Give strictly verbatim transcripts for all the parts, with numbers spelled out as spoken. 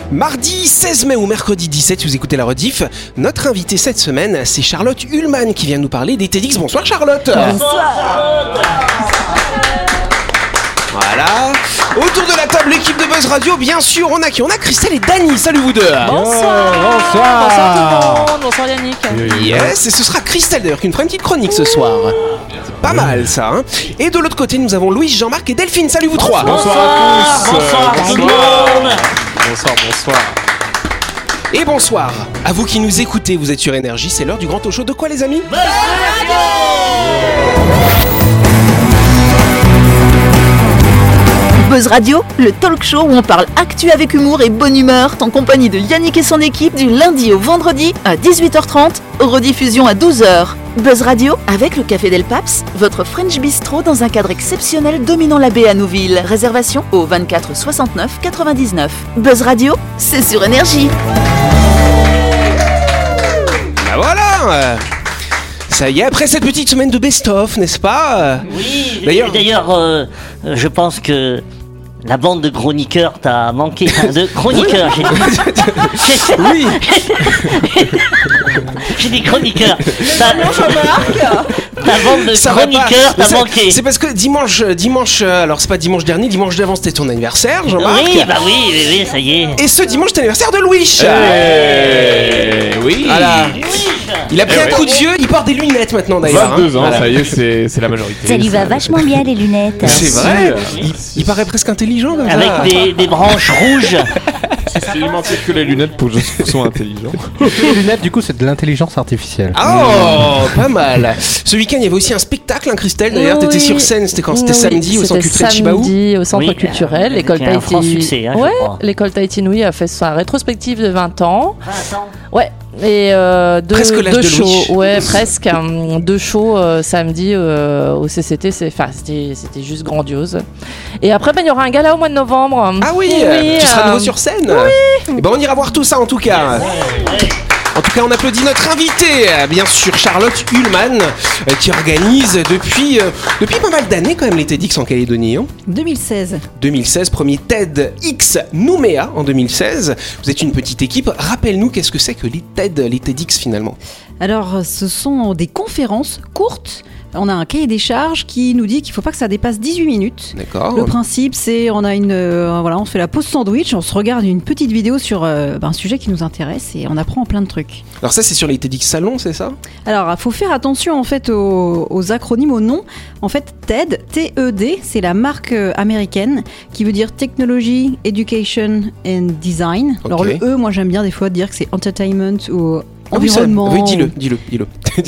Mardi seize mai ou mercredi dix-sept, si vous écoutez la rediff, notre invitée cette semaine, c'est Charlotte Ullmann qui vient nous parler des TEDx. Bonsoir Charlotte. Bonsoir. Voilà. Autour de la table, l'équipe de Buzz Radio, bien sûr, on a qui? On a Christelle et Dany. Salut vous deux. Bonsoir. Bonsoir. Bonsoir tout le monde. Bonsoir Yannick. Yes, et ce sera Christelle d'ailleurs qui nous fera une petite chronique ce soir. C'est pas mal ça, hein. Et de l'autre côté, nous avons Louis, Jean-Marc et Delphine. Salut vous trois. Bonsoir à tous. Bonsoir tout le monde. Bonsoir, bonsoir. Et bonsoir à vous qui nous écoutez. Vous êtes sur Énergie, c'est l'heure du grand talk show de quoi les amis? Buzz Radio, le talk show où on parle actu avec humour et bonne humeur, en compagnie de Yannick et son équipe du lundi au vendredi à dix-huit heures trente, rediffusion à douze heures. Buzz Radio avec le Café Del Paps, votre French Bistro dans un cadre exceptionnel dominant la baie à Nouville. Réservation au vingt-quatre soixante-neuf quatre-vingt-dix-neuf. Buzz Radio, c'est sur Énergie. Bah voilà. Ça y est, après cette petite semaine de best-of, n'est-ce pas? Oui, d'ailleurs, d'ailleurs euh, je pense que la bande de chroniqueurs t'a manqué. Enfin, de chroniqueurs, j'ai dit. Oui. J'ai dit chroniqueurs. Ta, ta bande de Ça va chroniqueurs pas. t'a C'est- manqué. C'est parce que dimanche, dimanche, euh, alors c'est pas dimanche dernier, dimanche d'avant c'était ton anniversaire, Jean-Marc. Oui, bah oui, oui, oui, ça y est. Et ce dimanche c'est l'anniversaire de Louis. Eh oui. Voilà. Oui, Il a pris Eh un ouais. coup de vieux, il porte des lunettes maintenant d'ailleurs. vingt-deux hein. ans, Voilà. ça y est, c'est, c'est la majorité. Ça lui va Ça- vachement bien les lunettes. C'est vrai. Merci. Il, il paraît presque intelligent comme ça. avec des, des branches rouges. Il manquait que les lunettes pour que je sois intelligent. Les lunettes, du coup, c'est de l'intelligence artificielle. Oh, pas mal. Ce week-end, il y avait aussi un spectacle, hein, Christelle. D'ailleurs, Oui. t'étais sur scène. C'était quand? C'était Oui, samedi au centre c'était culturel Chibaou. samedi au centre Oui, culturel. euh, L'école qui a un franc Tahiti. succès, hein, je ouais, crois. l'école Tahiti Nui a fait sa rétrospective de vingt ans. Attends. Ouais. Et euh, deux, Presque l'âge deux de shows, Louis. ouais, presque hum, deux shows euh, samedi euh, au C C T. C'est, enfin, c'était, c'était juste grandiose. Et après, ben, il y aura un gala au mois de novembre. Ah oui, Oui, euh, tu seras euh, nouveau sur scène. Oui. Et ben on ira voir tout ça en tout cas. En tout cas, on applaudit notre invitée, euh, bien sûr, Charlotte Ullmann, euh, qui organise depuis, euh, depuis pas mal d'années quand même les TEDx en Calédonie. Hein. deux mille seize. deux mille seize, premier TEDx Nouméa en deux mille seize. Vous êtes une petite équipe. Rappelle-nous, qu'est-ce que c'est que les TED, les TEDx finalement? Alors, ce sont des conférences courtes. On a un cahier des charges qui nous dit qu'il ne faut pas que ça dépasse dix-huit minutes. D'accord. Le principe, c'est on a une, euh, voilà, on fait la pause sandwich, on se regarde une petite vidéo sur euh, ben, un sujet qui nous intéresse et on apprend plein de trucs. Alors ça, c'est sur les TEDx salons, c'est ça? Alors, il faut faire attention en fait aux, aux acronymes, aux noms. En fait, TED, T E D, c'est la marque euh, américaine qui veut dire Technology, Education and Design. Alors Ok. le E, moi j'aime bien des fois dire que c'est Entertainment ou Ah oui, ça- environnement. oui, dis-le, dis-le, dis-le.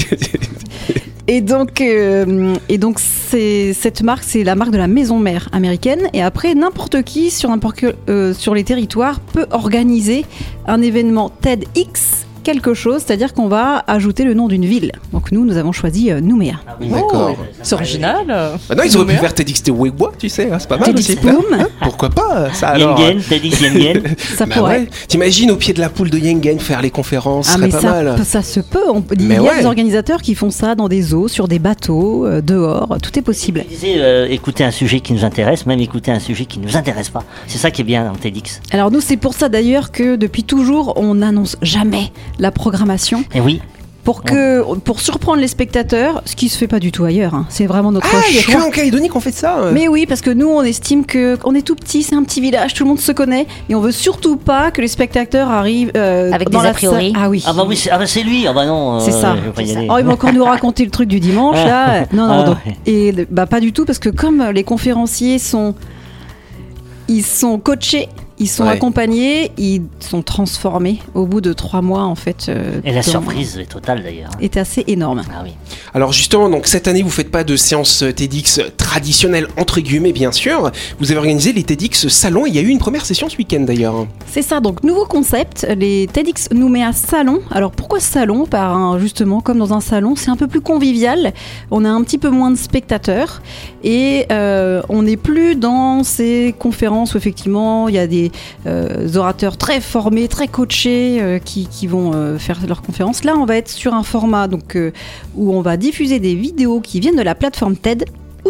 Et donc, euh, et donc c'est, cette marque, c'est la marque de la maison mère américaine. Et après, n'importe qui sur, n'importe que, euh, sur les territoires peut organiser un événement TEDx quelque chose, c'est-à-dire qu'on va ajouter le nom d'une ville. Donc nous, nous avons choisi euh, Nouméa. Ah oui, D'accord. Oh, c'est original. Bah non, ils auraient pu faire TEDx Tewegwa, tu sais, hein, c'est pas mal TEDx aussi. Oh. Boom. Hein, pourquoi pas ça alors? Yengen, t'as dit Yengen. Ça Bah pourrait. ouais. T'imagines au pied de la poule de Yengen faire les conférences, ce Ah serait mais pas ça, mal. ça se peut. On- il Mais y a ouais. des organisateurs qui font ça dans des eaux, sur des bateaux, euh, dehors. Tout est possible. Je disais, euh, écouter un sujet qui nous intéresse, même écouter un sujet qui ne nous intéresse pas. C'est ça qui est bien dans TEDx. Alors nous, c'est pour ça d'ailleurs que depuis toujours, on n'annonce jamais la programmation. Et oui, Pour, que, pour surprendre les spectateurs, ce qui se fait pas du tout ailleurs. hein. C'est vraiment notre Ah, il y a choix. que en Calédonie qu'on fait ça. Mais oui, parce que nous, on estime que on est tout petit, c'est un petit village, tout le monde se connaît, et on veut surtout pas que les spectateurs arrivent euh, Avec dans des la a priori. salle. Ah oui. ah bah oui, c'est, ah bah c'est lui, ah bah non, euh, C'est ça. je vais pas y aller. Oh, il va encore nous raconter le truc du dimanche là. Non, non, Ah, donc- ouais. et bah pas du tout parce que comme les conférenciers sont, ils sont coachés, ils sont Ouais. accompagnés, ils sont transformés au bout de trois mois en fait. euh, Et la dans- surprise est totale d'ailleurs. est assez énorme. Ah oui. Alors justement, donc cette année, vous faites pas de séance TEDx traditionnelle entre guillemets, bien sûr. Vous avez organisé les TEDx salons. Il y a eu une première session ce week-end d'ailleurs. C'est ça, donc nouveau concept, les TEDx Nouméa salon. Alors pourquoi salon? Par un- justement, comme dans un salon, c'est un peu plus convivial. On a un petit peu moins de spectateurs et euh, on n'est plus dans ces conférences où effectivement il y a des euh, orateurs très formés, très coachés euh, qui, qui vont euh, faire leurs conférences. Là, on va être sur un format donc euh, où on va diffuser des vidéos qui viennent de la plateforme TED ou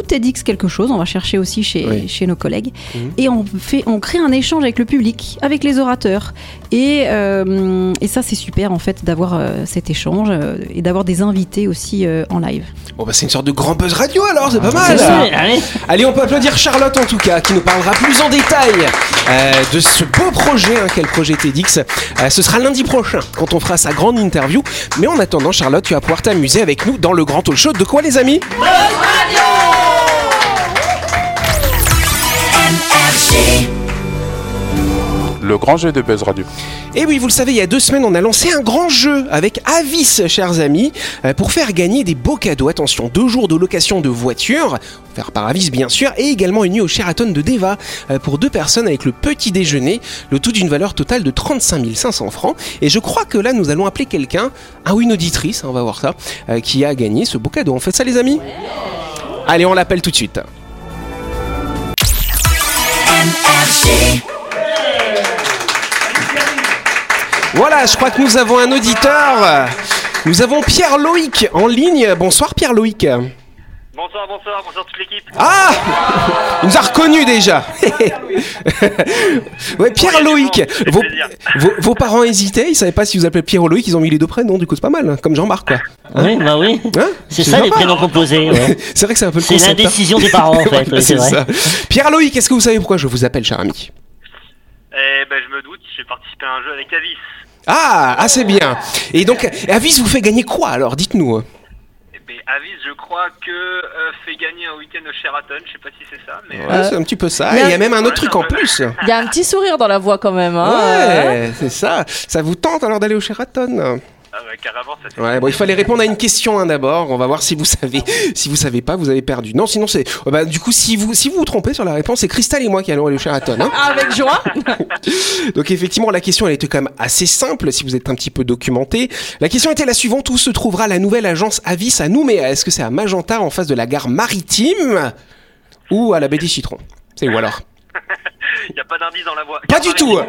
ou TEDx quelque chose. On va chercher aussi chez, Oui. chez nos collègues. Mmh. Et on, fait, on crée un échange avec le public, avec les orateurs. Et, euh, et ça, c'est super en fait d'avoir euh, cet échange euh, et d'avoir des invités aussi euh, en live. Bon bah c'est une sorte de grand buzz radio alors, c'est pas mal. C'est ça, allez. Allez, on peut applaudir Charlotte en tout cas, qui nous parlera plus en détail euh, de ce beau projet, hein, qu'est le projet TEDx. Euh, ce sera lundi prochain, quand on fera sa grande interview. Mais en attendant, Charlotte, tu vas pouvoir t'amuser avec nous dans le grand talk show de quoi, les amis ? Buzz Radio. M R J. Le grand jeu de Buzz Radio. Et oui, vous le savez, il y a deux semaines, on a lancé un grand jeu avec Avis, chers amis, euh, pour faire gagner des beaux cadeaux. Attention, deux jours de location de voiture, offert par Avis bien sûr, et également une nuit au Sheraton de Deva euh, pour deux personnes avec le petit déjeuner, le tout d'une valeur totale de trente-cinq mille cinq cents francs. Et je crois que là, nous allons appeler quelqu'un, un ou une auditrice, hein, on va voir ça, euh, qui a gagné ce beau cadeau. On fait ça, les amis ? Allez, on l'appelle tout de suite. M R J. Voilà, je crois que nous avons un auditeur. Nous avons Pierre-Loïc en ligne. Bonsoir Pierre-Loïc. Bonsoir, bonsoir, bonsoir toute l'équipe. Ah, il nous a reconnus déjà. Ouais, Pierre-Loïc. Vos, vos, vos parents hésitaient, ils savaient pas si vous appelez Pierre-Loïc, ils ont mis les deux prénoms, du coup c'est pas mal, comme Jean-Marc quoi. Hein oui, bah oui. Hein c'est, c'est ça sympa. Les prénoms composés. Ouais. C'est vrai que c'est un peu le c'est concept. C'est l'indécision hein. des parents en fait. Ouais, oui, c'est, c'est vrai. Ça. Pierre-Loïc, est-ce que vous savez pourquoi je vous appelle, cher ami ? Eh ben je me doute, j'ai participé à un jeu avec Avis. Ah, ah c'est bien. Et donc, Avis vous fait gagner quoi alors ? Dites-nous. Eh ben Avis, je crois que euh, fait gagner un week-end au Sheraton, je sais pas si c'est ça, mais... Ouais, euh, c'est un petit peu ça, et il y a même un autre truc en plus. Il y a un petit sourire dans la voix quand même. Hein, ouais, euh... c'est ça. Ça vous tente alors d'aller au Sheraton ? Ah ouais, carrément, ça fait... Ouais, bon, il fallait répondre à une question hein, d'abord. On va voir si vous savez. Si vous savez pas, vous avez perdu. Non, sinon c'est. Oh, bah, du coup, si vous si vous vous trompez sur la réponse, c'est Cristal et moi qui allons aller au Sheraton. Hein. Avec joie. Donc effectivement, la question elle était quand même assez simple. Si vous êtes un petit peu documenté, la question était la suivante : où se trouvera la nouvelle agence Avis à Nouméa ? Est-ce que c'est à Magenta en face de la gare maritime ou à la baie des Citrons ? C'est où alors ? Il y a pas d'indice dans la voix. Pas du tout.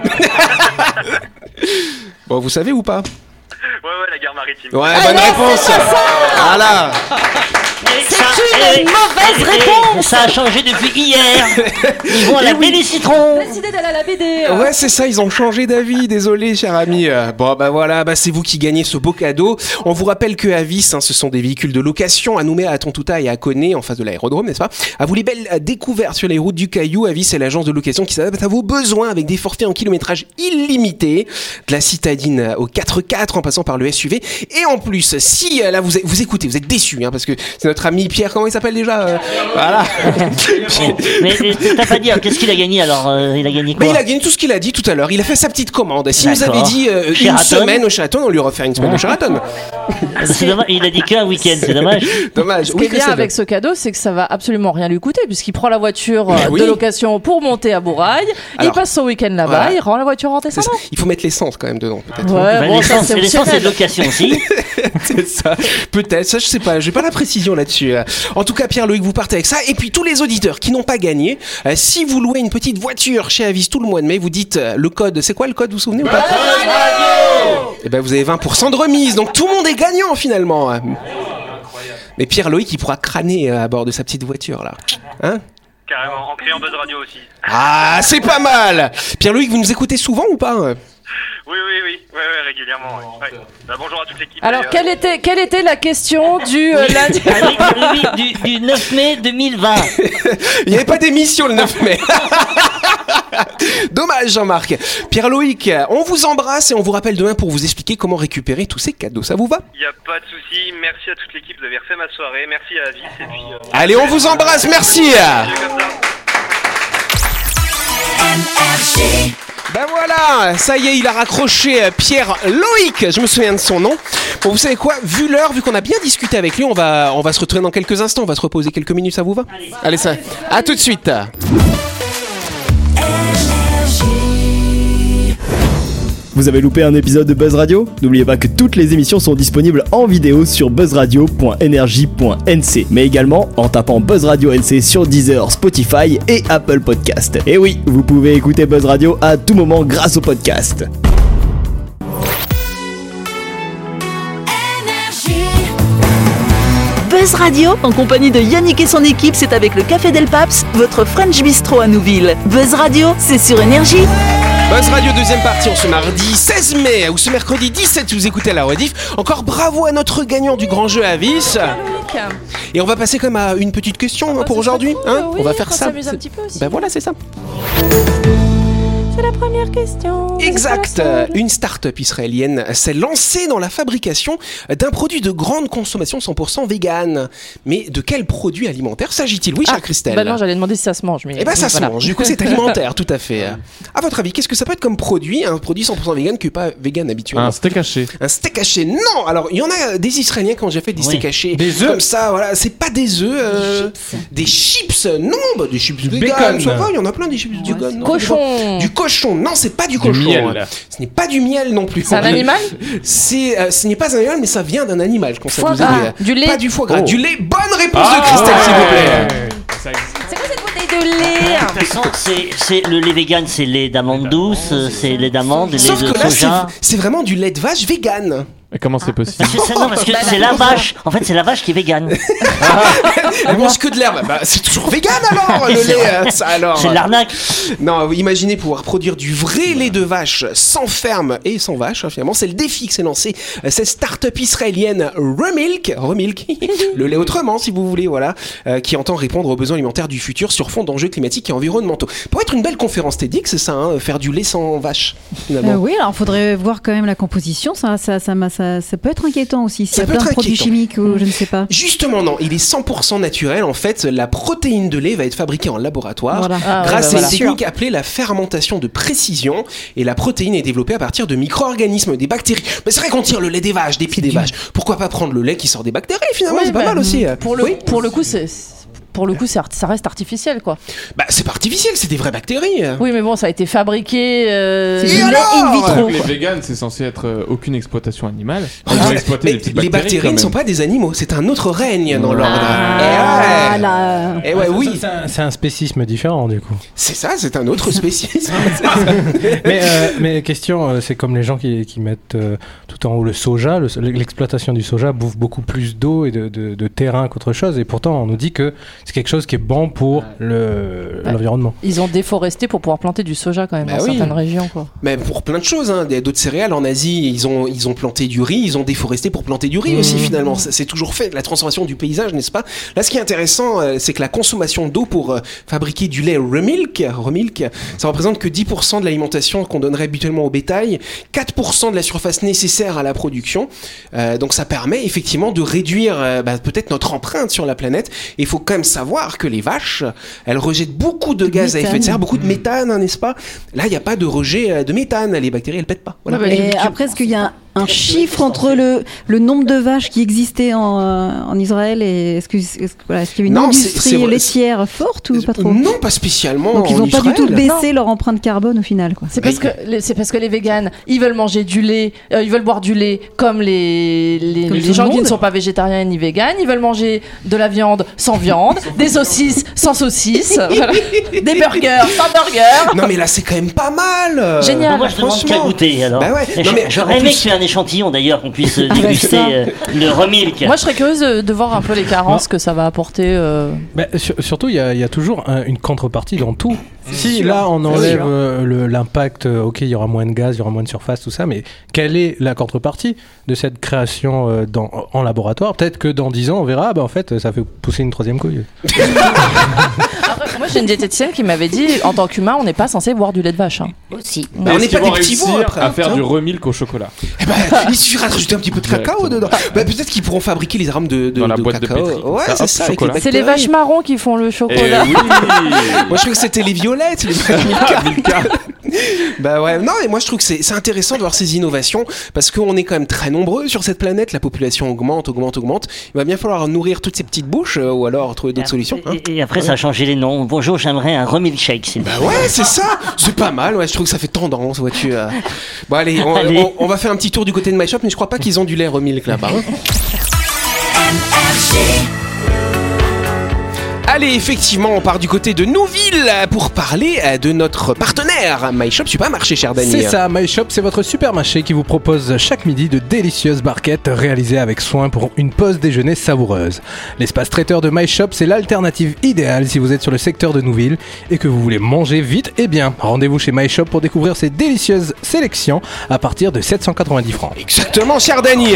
Bon, vous savez ou pas ? Ouais, ouais, la gare maritime. Ouais, ah bonne non, réponse. Voilà. C'est ça, une et, mauvaise et, réponse. Et, ça a changé depuis hier. Ils vont à la baie des Citrons. Décidé d'aller à la B D. Ouais, c'est ça, ils ont changé d'avis. Désolé, cher ami. Bon, bah voilà, bah c'est vous qui gagnez ce beau cadeau. On vous rappelle que Avis, hein, ce sont des véhicules de location à Nouméa, à Tontouta et à Koné, en face de l'aérodrome, n'est-ce pas ? À vous les belles découvertes sur les routes du Caillou. Avis, c'est l'agence de location qui s'adapte à vos besoins avec des forfaits en kilométrage illimité, de la citadine au quatre quatre en passant par le S U V. Et en plus, si là vous vous écoutez, vous êtes déçus, hein, parce que c'est notre ami Pierre, comment il s'appelle déjà euh, Voilà. mais, mais t'as pas dit, alors, qu'est-ce qu'il a gagné alors euh, Il a gagné quoi ? Mais il a gagné tout ce qu'il a dit tout à l'heure. Il a fait sa petite commande. Si D'accord. nous avait dit euh, une semaine au Sheraton, on lui refait une semaine au Sheraton. C'est dommage, il a dit qu'un week-end, c'est dommage. Dommage. Ce qui oui, est bien avec ce cadeau, c'est que ça va absolument rien lui coûter, puisqu'il prend la voiture Mais oui. de location pour monter à Bourail, alors, il passe son week-end là-bas, voilà. Il rend la voiture en descendant. Il faut mettre l'essence quand même dedans, peut-être. Ouais, bah, bon, l'essence, ça, c'est l'essence c'est de location aussi. C'est ça. Peut-être, ça je sais pas, j'ai pas la précision là-dessus. En tout cas, Pierre-Loïc, vous partez avec ça. Et puis tous les auditeurs qui n'ont pas gagné, euh, si vous louez une petite voiture chez Avis tout le mois de mai, vous dites euh, le code, c'est quoi le code, vous vous souvenez ou pas ? Et ben vous avez vingt pour cent de remise, donc tout le monde est gagnant finalement. Mais Pierre-Loïc, il pourra crâner à bord de sa petite voiture là. Hein ? Carrément, en créant Buzz Radio aussi. Ah, c'est pas mal. Pierre-Loïc, vous nous écoutez souvent ou pas ? Oui, oui, oui, ouais, ouais, régulièrement. Ouais. Ouais. Bah, bonjour à toute l'équipe. Alors, quelle était, quelle était la question du euh, lundi du, du neuf mai deux mille vingt Il n'y avait pas d'émission le neuf mai. Dommage, Jean-Marc. Pierre-Loïc, on vous embrasse et on vous rappelle demain pour vous expliquer comment récupérer tous ces cadeaux. Ça vous va ? Il n'y a pas de souci. Merci à toute l'équipe. Vous avez refait ma soirée. Merci à Avis. Et puis, euh... Allez, on vous embrasse. Merci. Ben voilà, ça y est, il a raccroché Pierre-Loïc, je me souviens de son nom. Bon, vous savez quoi, vu l'heure, vu qu'on a bien discuté avec lui, on va, on va se retrouver dans quelques instants, on va se reposer quelques minutes, ça vous va ? Allez, Allez ça, à tout de suite. Vous avez loupé un épisode de Buzz Radio ? N'oubliez pas que toutes les émissions sont disponibles en vidéo sur buzz radio point energie point n c, mais également en tapant Buzz Radio N C sur Deezer, Spotify et Apple Podcast. Et oui, vous pouvez écouter Buzz Radio à tout moment grâce au podcast. Buzz Radio, en compagnie de Yannick et son équipe, c'est avec le Café Del Paps, votre French Bistro à Nouville. Buzz Radio, c'est sur Énergie. Buzz Radio deuxième partie en ce mardi seize mai ou ce mercredi dix-sept si vous écoutez la rediff. Encore bravo à notre gagnant du grand jeu Avis. Et on va passer quand même à une petite question Ah bah, pour ce aujourd'hui. serait cool, Hein oui, on va faire qu'on ça. s'amuse un petit peu aussi. Ben voilà, c'est ça. C'est la première question. Exact. Une start-up israélienne s'est lancée dans la fabrication d'un produit de grande consommation cent pour cent vegan. Mais de quel produit alimentaire s'agit-il? Oui, chère Ah, Christelle. bah non, j'allais demander si ça se mange. Mais Eh ben ça voilà. se mange, du coup c'est alimentaire, tout à fait. À votre avis, qu'est-ce que ça peut être comme produit, un produit cent pour cent vegan qui n'est pas vegan habituellement? Un steak haché. Un steak haché? Non. Alors il y en a des Israéliens qui ont déjà fait des Oui. steaks hachés. Des œufs. Comme ça, voilà. C'est pas des œufs. euh, Des chips. Non, bah, des chips vegan. bacon. Ça va, il y en a plein des chips vegan. non, Cochon. Du cochon. Non, c'est pas du Du cochon. miel. hein. Ce n'est pas du miel non plus. C'est un animal? C'est, euh, ce n'est pas un animal, mais ça vient d'un animal. Je pense Foie à vous aider. gras. Du lait. Pas du foie gras. Oh. Du lait. Bonne réponse Ah, de Christelle, ouais. s'il vous plaît. Ça existe. C'est quoi cette bouteille de lait? De toute façon, c'est, c'est, le lait vegan, c'est lait d'amande douce, c'est lait d'amande, lait Sauf de que là, c'est, soja. c'est vraiment du lait de vache vegan. Et comment c'est possible? Parce que c'est, non, parce que c'est la vache. En fait, c'est la vache qui est végane. Elle mange que de l'herbe. Bah, c'est toujours vegan alors, le C'est lait. vrai. euh, Ça, alors. C'est de l'arnaque. Non, vous imaginez pouvoir produire du vrai lait de vache sans ferme et sans vache, hein, finalement. C'est le défi que s'est lancé euh, cette start-up israélienne Remilk, Remilk, le lait autrement si vous voulez, voilà, euh, qui entend répondre aux besoins alimentaires du futur sur fond d'enjeux climatiques et environnementaux. Pour être une belle conférence TEDx, c'est ça, hein, faire du lait sans vache, finalement. Euh, oui, alors il faudrait voir quand même la composition. Ça, ça, ça, m'a- ça, ça peut être inquiétant aussi. S'il y Ça a peut plein de être produits inquiétant. chimiques ou je ne sais pas. Justement, non, il est cent pour cent naturel. En fait, la protéine de lait va être fabriquée en laboratoire Voilà. Ah, ouais, grâce bah, à voilà. une technique appelée la fermentation de précision. Et la protéine est développée à partir de micro-organismes, des bactéries. Mais c'est vrai qu'on tire le lait des vaches, des pieds des vaches. Pourquoi pas prendre le lait qui sort des bactéries finalement? Oui, C'est pas bah, mal aussi. Pour le, Oui. pour le coup, c'est. Pour le coup, c'est art- ça reste artificiel, quoi. Bah, c'est pas artificiel, c'est des vraies bactéries. Oui, mais bon, ça a été fabriqué. euh, Et du lait alors in vitro. Donc, les quoi. véganes, c'est censé être euh, aucune exploitation animale. Ah, Ils ont exploité mais les petites les bactéries. bactéries quand ne sont même. pas des animaux, c'est un autre règne dans l'ordre. Ah, Eh ouais. là. Eh ouais, oui, C'est un, c'est un spécisme différent du coup. c'est ça, c'est un autre spécialiste. mais, euh, mais question, euh, c'est comme les gens qui, qui mettent euh, tout en haut le soja. le- L'exploitation du soja bouffe beaucoup plus d'eau et de, de- de terrain qu'autre chose. Et pourtant, on nous dit que c'est quelque chose qui est bon pour le- Ouais. l'environnement. Ils ont déforesté pour pouvoir planter du soja quand même Bah dans oui. certaines régions, quoi. Mais pour plein de choses, hein. Il y a d'autres céréales en Asie, ils ont, ils ont planté du riz, ils ont déforesté pour planter du riz aussi finalement. C'est c'est toujours fait, la transformation du paysage, n'est-ce pas? Là, ce qui est intéressant, euh, c'est que la consommation d'eau pour euh, fabriquer du lait Remilk, Remilk, ça représente que dix pour cent de l'alimentation qu'on donnerait habituellement au bétail, quatre pour cent de la surface nécessaire à la production. Euh, donc ça permet effectivement de réduire euh, bah, peut-être notre empreinte sur la planète. Et il faut quand même savoir que les vaches, elles rejettent beaucoup de gaz à effet de serre, beaucoup de méthane, hein, n'est-ce pas? Là, il n'y a pas de rejet euh, de méthane, les bactéries, elles pètent pas. Voilà. Ouais, bah, Et les- après, est-ce qu'il y a un, un chiffre entre le, le nombre de vaches qui existaient en, euh, en Israël et est-ce que- est-ce que- voilà, est-ce qu'il y a une Non, c'est- industrie c'est vrai, laitière forte ou pas trop? Non, pas spécialement. Donc ils en n'ont pas du tout Israël. baissé leur empreinte carbone au final, quoi. C'est parce que les, c'est parce que les véganes, ils veulent manger du lait, euh, ils veulent boire du lait comme les les, Comme les tout le gens qui monde. ne sont pas végétariens ni véganes. Ils veulent manger de la viande sans viande, des saucisses sans saucisses, voilà. Des burgers sans burgers. Non, mais là, c'est quand même pas mal. Génial. Non, moi, je demande qu'à franchement. goûter alors. Bah ouais. Et Non, je- mais J'aurais en aimé plus- que tu aies un échantillon d'ailleurs, qu'on puisse euh, bah, déguster ça. euh, le remilk. Moi, je serais curieuse de, de voir un peu les carences que ça va apporter. euh. Bah, sur- surtout, il y, a- il y a toujours un- une contrepartie dans tout. Si sûr. là, on C'est enlève sûr. euh, le- l'impact, euh, ok, il y aura moins de gaz, il y aura moins de surface, tout ça, mais quelle est la contrepartie de cette création euh, dans, en laboratoire? Peut-être que dans dix ans, on verra, bah, en fait, ça fait pousser une troisième couille. Après, moi, j'ai une diététicienne qui m'avait dit, en tant qu'humain, on n'est pas censé boire du lait de vache. hein. Aussi. Bah, on Est-ce n'est qu'ils pas vont des petits réussir veaux après. à faire hein. du remilk au chocolat. Eh ben, il suffira de rajouter un petit peu de cacao dedans. Bah, peut-être qu'ils pourront fabriquer les rames de, de, Dans la de boîte de cacao. pétri. Ouais, Ça, c'est hop, ça. avec chocolat. les C'est les bactéries. vaches marrons qui font le Et chocolat. oui. Moi, je trouve que c'était les violettes, les vaches Milka. Bah ouais, non, et moi je trouve que c'est c'est intéressant de voir ces innovations parce qu'on est quand même très nombreux sur cette planète, la population augmente, augmente, augmente. Il va bien falloir nourrir toutes ces petites bouches euh, ou alors trouver d'autres solutions. hein. Et, et après, ça a changé les noms. Bonjour, j'aimerais un remilk shake, s'il vous plaît. Bah ouais, c'est ça, c'est pas mal, ouais, je trouve que ça fait tendance, vois-tu. euh. Bon, allez on, Allez. on- on va faire un petit tour du côté de My Shop, mais je crois pas qu'ils ont du lait remilk là-bas. hein. Allez, effectivement, on part du côté de Nouville pour parler de notre partenaire MyShop Supermarché, cher Dany. C'est ça, MyShop, c'est votre supermarché qui vous propose chaque midi de délicieuses barquettes réalisées avec soin pour une pause déjeuner savoureuse. L'espace traiteur de MyShop, c'est l'alternative idéale si vous êtes sur le secteur de Nouville et que vous voulez manger vite et bien. Rendez-vous chez MyShop pour découvrir ces délicieuses sélections à partir de sept cent quatre-vingt-dix francs. Exactement, cher Dany.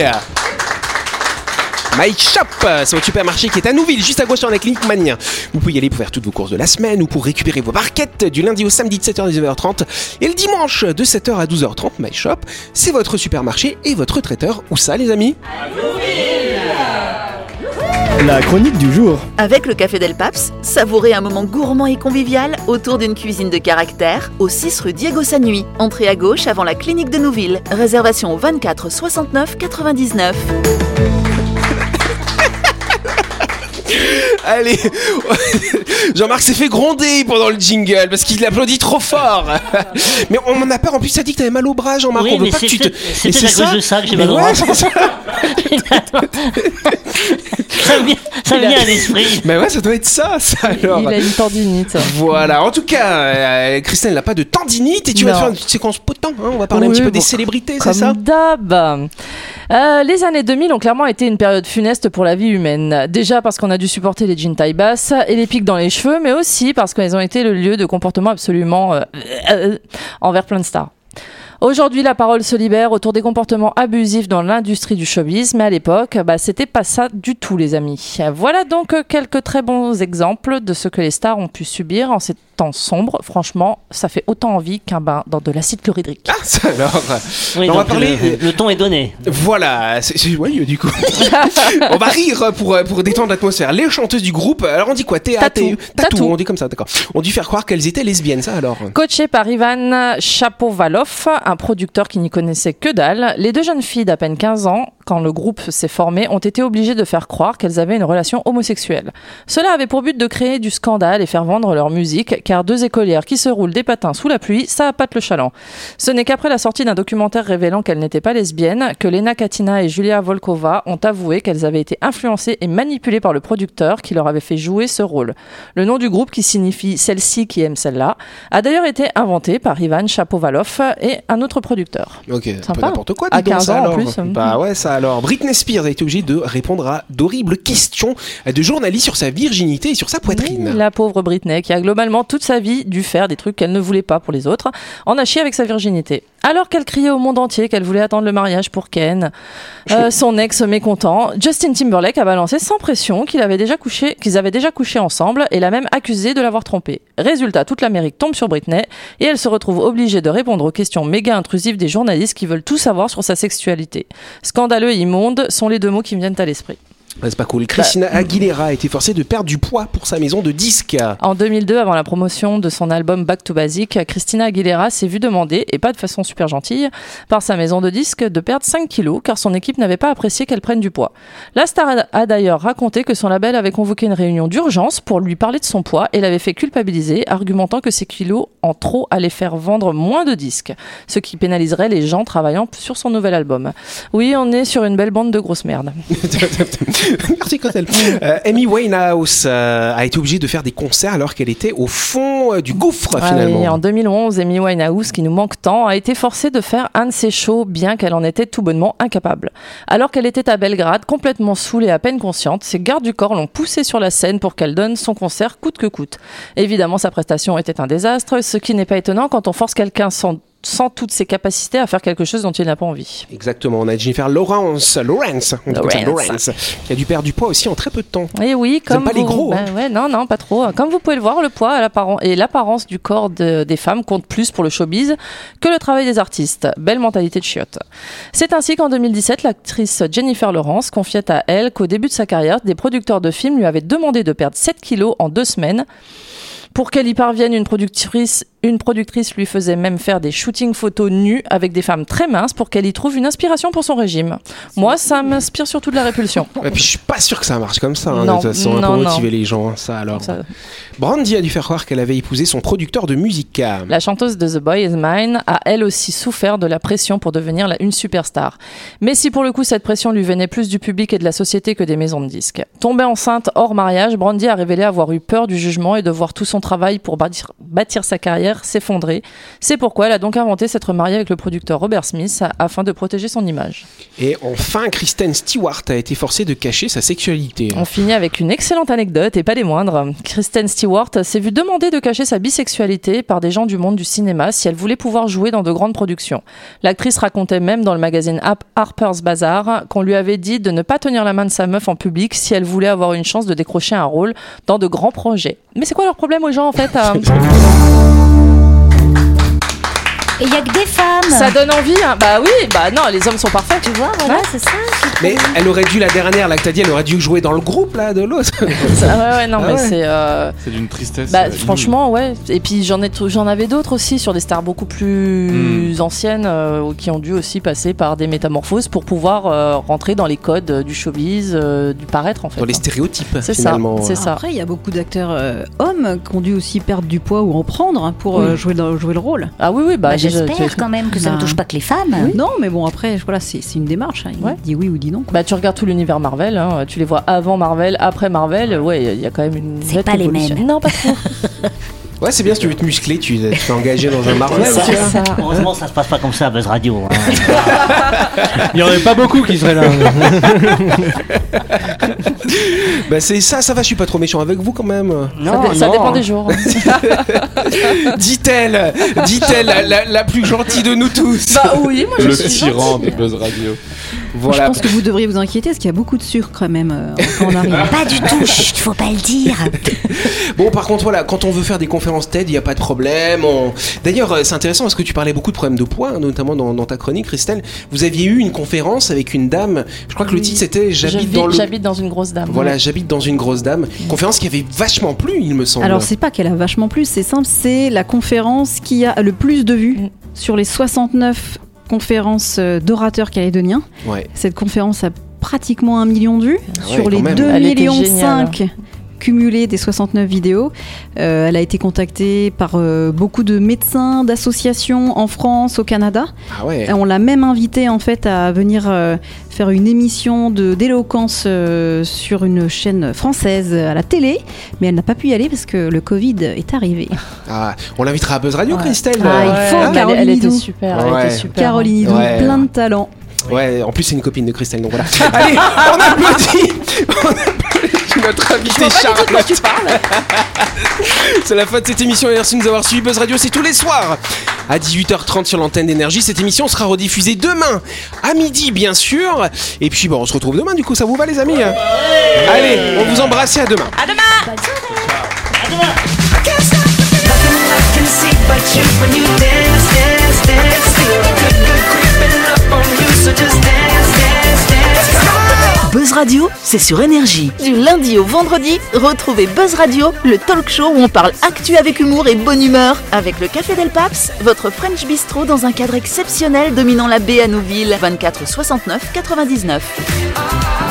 MyShop, c'est votre supermarché qui est à Nouville, juste à gauche dans la clinique Mania. Vous pouvez y aller pour faire toutes vos courses de la semaine ou pour récupérer vos barquettes du lundi au samedi de sept heures à dix-neuf heures trente et le dimanche de sept heures à douze heures trente. MyShop, c'est votre supermarché et votre traiteur. Où ça, les amis? À Nouville. La chronique du jour. Avec le Café Del Paps, savourez un moment gourmand et convivial autour d'une cuisine de caractère au six rue Diego Sanui. Entrée à gauche avant la clinique de Nouville. Réservation au vingt-quatre soixante-neuf quatre-vingt-dix-neuf. Allez, Jean-Marc s'est fait gronder pendant le jingle parce qu'il applaudit trop fort. Mais on en a peur, en plus ça dit que t'avais mal au bras, Jean-Marc. Oui, on veut mais pas que tu te... c'était à cause de ça que j'ai mal au bras. Ouais, c'est ça. Ça me vient, ça me vient à l'esprit. Mais ouais, ça doit être ça, ça alors. Il a une tendinite. Voilà, en tout cas, euh, Christelle n'a pas de tendinite et tu Non. vas faire une petite séquence potent, hein. On va parler Oui, un petit peu bon, des célébrités, Comme c'est ça? d'hab. Euh, les années deux mille ont clairement été une période funeste pour la vie humaine. Déjà parce qu'on a dû supporter les jeans taille basse et les pics dans les cheveux, mais aussi parce qu'elles ont été le lieu de comportements absolument euh, euh, envers plein de stars. Aujourd'hui, la parole se libère autour des comportements abusifs dans l'industrie du showbiz, mais à l'époque, bah, c'était pas ça du tout, les amis. Voilà donc quelques très bons exemples de ce que les stars ont pu subir en ces temps sombres. Franchement, ça fait autant envie qu'un bain dans de l'acide chlorhydrique. Ah, ça alors. Oui, on donc va parler. le, le ton est donné. Voilà, c'est, c'est, ouais, du coup. On va rire pour, pour détendre l'atmosphère. Les chanteuses du groupe, alors on dit quoi? T A T U Tatou. On dit comme ça, d'accord. On dit faire croire qu'elles étaient lesbiennes, ça alors. Coachées par Ivan Chapovalov, un producteur qui n'y connaissait que dalle, les deux jeunes filles d'à peine quinze ans, quand le groupe s'est formé, ont été obligées de faire croire qu'elles avaient une relation homosexuelle. Cela avait pour but de créer du scandale et faire vendre leur musique, car deux écolières qui se roulent des patins sous la pluie, ça appâte le chaland. Ce n'est qu'après la sortie d'un documentaire révélant qu'elles n'étaient pas lesbiennes que Lena Katina et Julia Volkova ont avoué qu'elles avaient été influencées et manipulées par le producteur qui leur avait fait jouer ce rôle. Le nom du groupe, qui signifie « celle-ci qui aime celle-là », a d'ailleurs été inventé par Ivan Chapovalov et un autre producteur. Ok, un peu Sympa. n'importe quoi. À dis donc, quinze ça, ans en alors. plus. Bah ouais, ça alors. Britney Spears a été obligée de répondre à d'horribles questions de journalistes sur sa virginité et sur sa poitrine. La pauvre Britney, qui a globalement toute sa vie dû faire des trucs qu'elle ne voulait pas pour les autres, en a chié avec sa virginité. Alors qu'elle criait au monde entier qu'elle voulait attendre le mariage pour Ken, euh, son ex mécontent, Justin Timberlake a balancé sans pression qu'il avait déjà couché, qu'ils avaient déjà couché ensemble et l'a même accusé de l'avoir trompé. Résultat, toute l'Amérique tombe sur Britney et elle se retrouve obligée de répondre aux questions méga intrusives des journalistes qui veulent tout savoir sur sa sexualité. Scandaleux et immonde sont les deux mots qui me viennent à l'esprit. Ouais, c'est pas cool. Christina Aguilera a été forcée de perdre du poids pour sa maison de disques. En deux mille deux, avant la promotion de son album Back to Basic, Christina Aguilera s'est vue demander, et pas de façon super gentille, par sa maison de disques de perdre cinq kilos car son équipe n'avait pas apprécié qu'elle prenne du poids. La star a d'ailleurs raconté que son label avait convoqué une réunion d'urgence pour lui parler de son poids et l'avait fait culpabiliser, argumentant que ces kilos en trop allaient faire vendre moins de disques, ce qui pénaliserait les gens travaillant sur son nouvel album. Oui, on est sur une belle bande de grosses merdes. Merci Christelle. Euh, Amy Winehouse euh, a été obligée de faire des concerts alors qu'elle était au fond euh, du gouffre Ah finalement. oui, en deux mille onze, Amy Winehouse, qui nous manque tant, a été forcée de faire un de ses shows, bien qu'elle en était tout bonnement incapable. Alors qu'elle était à Belgrade, complètement saoule et à peine consciente, ses gardes du corps l'ont poussée sur la scène pour qu'elle donne son concert coûte que coûte. Évidemment, sa prestation était un désastre, ce qui n'est pas étonnant quand on force quelqu'un sans sans toutes ses capacités à faire quelque chose dont il n'a pas envie. Exactement, on a Jennifer Lawrence, Lawrence, on dit comme ça, Lawrence. Lawrence, qui a dû perdre du poids aussi en très peu de temps. Et oui, Vous comme aimez pas les vous- gros, hein. ben ouais, non, non, pas trop. Comme vous pouvez le voir, le poids à l'apparence- et l'apparence du corps de- des femmes compte plus pour le showbiz que le travail des artistes. Belle mentalité de chiotte. C'est ainsi qu'en deux mille dix-sept, l'actrice Jennifer Lawrence confiait à elle qu'au début de sa carrière, des producteurs de films lui avaient demandé de perdre sept kilos en deux semaines Pour qu'elle y parvienne, une productrice, une productrice lui faisait même faire des shootings photos nus avec des femmes très minces pour qu'elle y trouve une inspiration pour son régime. Moi, ça m'inspire surtout de la répulsion. Et puis je suis pas sûr que ça marche comme ça, hein, Non, de toute façon, non, pour non. motiver les gens, ça alors. Ça- Brandy a dû faire croire qu'elle avait épousé son producteur de musique. La chanteuse de The Boy Is Mine a elle aussi souffert de la pression pour devenir la- une superstar. Mais si pour le coup cette pression lui venait plus du public et de la société que des maisons de disques. Tombée enceinte hors mariage, Brandy a révélé avoir eu peur du jugement et de voir tout son travail pour bâtir, bâtir sa carrière s'effondrer. C'est pourquoi elle a donc inventé s'être mariée avec le producteur Robert Smith afin de protéger son image. Et enfin, Kristen Stewart a été forcée de cacher sa sexualité. On finit avec une excellente anecdote et pas des moindres. Kristen Stewart s'est vue demander de cacher sa bisexualité par des gens du monde du cinéma si elle voulait pouvoir jouer dans de grandes productions. L'actrice racontait même dans le magazine Harper's Bazaar qu'on lui avait dit de ne pas tenir la main de sa meuf en public si elle voulait avoir une chance de décrocher un rôle dans de grands projets. Mais c'est quoi leur problème aux gens en fait euh Et il y a que des femmes. Ça donne envie, hein. Bah oui, bah non, les hommes sont parfaits. Tu vois, voilà, Ouais. c'est ça. Mais elle aurait dû, la dernière, là que t'as dit, elle aurait dû jouer dans le groupe là de l'autre. Ça- ouais, ouais, non, Ah mais ouais. c'est. euh, C'est d'une tristesse. Bah, euh, franchement, ouais. Et puis j'en ai, t- j'en avais d'autres aussi sur des stars beaucoup plus Mm. anciennes euh, qui ont dû aussi passer par des métamorphoses pour pouvoir euh, rentrer dans les codes euh, du showbiz, euh, du paraître en fait. Dans les stéréotypes, C'est ça, finalement. c'est ça. Après, il y a beaucoup d'acteurs euh, hommes qui ont dû aussi perdre du poids ou en prendre pour euh, Oui. jouer, dans- jouer le rôle. Ah oui, oui, bah, Bah, j'ai- j'espère j'ai- quand même que ça Bah. ne touche pas que les femmes. Non, mais bon, après, voilà, c'est c'est une démarche. Hein. Il Ouais. dit oui ou dit non. quoi. Bah, tu regardes tout l'univers Marvel, hein, tu les vois avant Marvel, après Marvel, ouais, il y a quand même une. C'est nette pas les évolution. mêmes. Non, pas trop. Ouais, c'est bien si tu veux te muscler, tu tu t'es engagé dans un Marvel. Ça, tu vois. ça. Heureusement, ça se passe pas comme ça à Buzz Radio. hein. Il n'y en aurait pas beaucoup qui seraient là. Bah c'est ça, ça va, je suis pas trop méchant avec vous quand même. Non, ça, dé- ça non. dépend des jours. Dit-elle, dit-elle, la, la- la plus gentille de nous tous. Bah oui, moi je Le suis tyran gentille. de Buzz Radio. Je Voilà. pense que vous devriez vous inquiéter parce qu'il y a beaucoup de sucre quand même euh, quand on arrive. Pas du tout, chut, faut pas le dire. Bon, par contre, voilà, quand on veut faire des conférences TED, il n'y a pas de problème. On... D'ailleurs, euh, c'est intéressant parce que tu parlais beaucoup de problèmes de poids, hein, notamment dans, dans ta chronique, Christelle. Vous aviez eu une conférence avec une dame, je crois que le Oui. titre c'était Je J'habite vis- dans le. J'habite dans une grosse dame. Voilà, ouais. j'habite dans une grosse dame. Conférence qui avait vachement plu, il me semble. Alors, c'est pas qu'elle a vachement plus, c'est simple, c'est la conférence qui a le plus de vues Mm. sur les soixante-neuf conférences euh, d'orateurs calédoniens. Ouais. Cette conférence a pratiquement un million de vues Ah ouais, sur quand les même. deux Elle était millions géniale. cinq cumulés des soixante-neuf vidéos. Euh, elle a été contactée par euh, beaucoup de médecins, d'associations en France, au Canada. Ah ouais. Et on l'a même invitée en fait à venir euh, faire une émission de d'éloquence euh, sur une chaîne française à la télé, mais elle n'a pas pu y aller parce que le Covid est arrivé. Ah, on l'invitera à Buzz Radio, Ouais. Christelle. Ah, il Ouais, faut, mais elle, Caroline elle était Hidou. super, elle Ouais. était super. Caroline Hidou, Ouais. plein de talent. Ouais, en plus c'est une copine de Christelle, donc voilà. Allez, on applaudit, on applaudit notre invité Charlotte. C'est la fin de cette émission et merci de nous avoir suivis. Buzz Radio, c'est tous les soirs à dix-huit heures trente sur l'antenne d'Énergie. Cette émission sera rediffusée demain à midi, bien sûr. Et puis bon, on se retrouve demain. Du coup, ça vous va, les amis? Allez, on vous embrasse et à demain. À demain. Buzz Radio, c'est sur Énergie. Du lundi au vendredi, retrouvez Buzz Radio, le talk show où on parle actu avec humour et bonne humeur. Avec le Café Del Paps, votre French Bistro dans un cadre exceptionnel dominant la baie à Nouville. vingt-quatre soixante-neuf quatre-vingt-dix-neuf.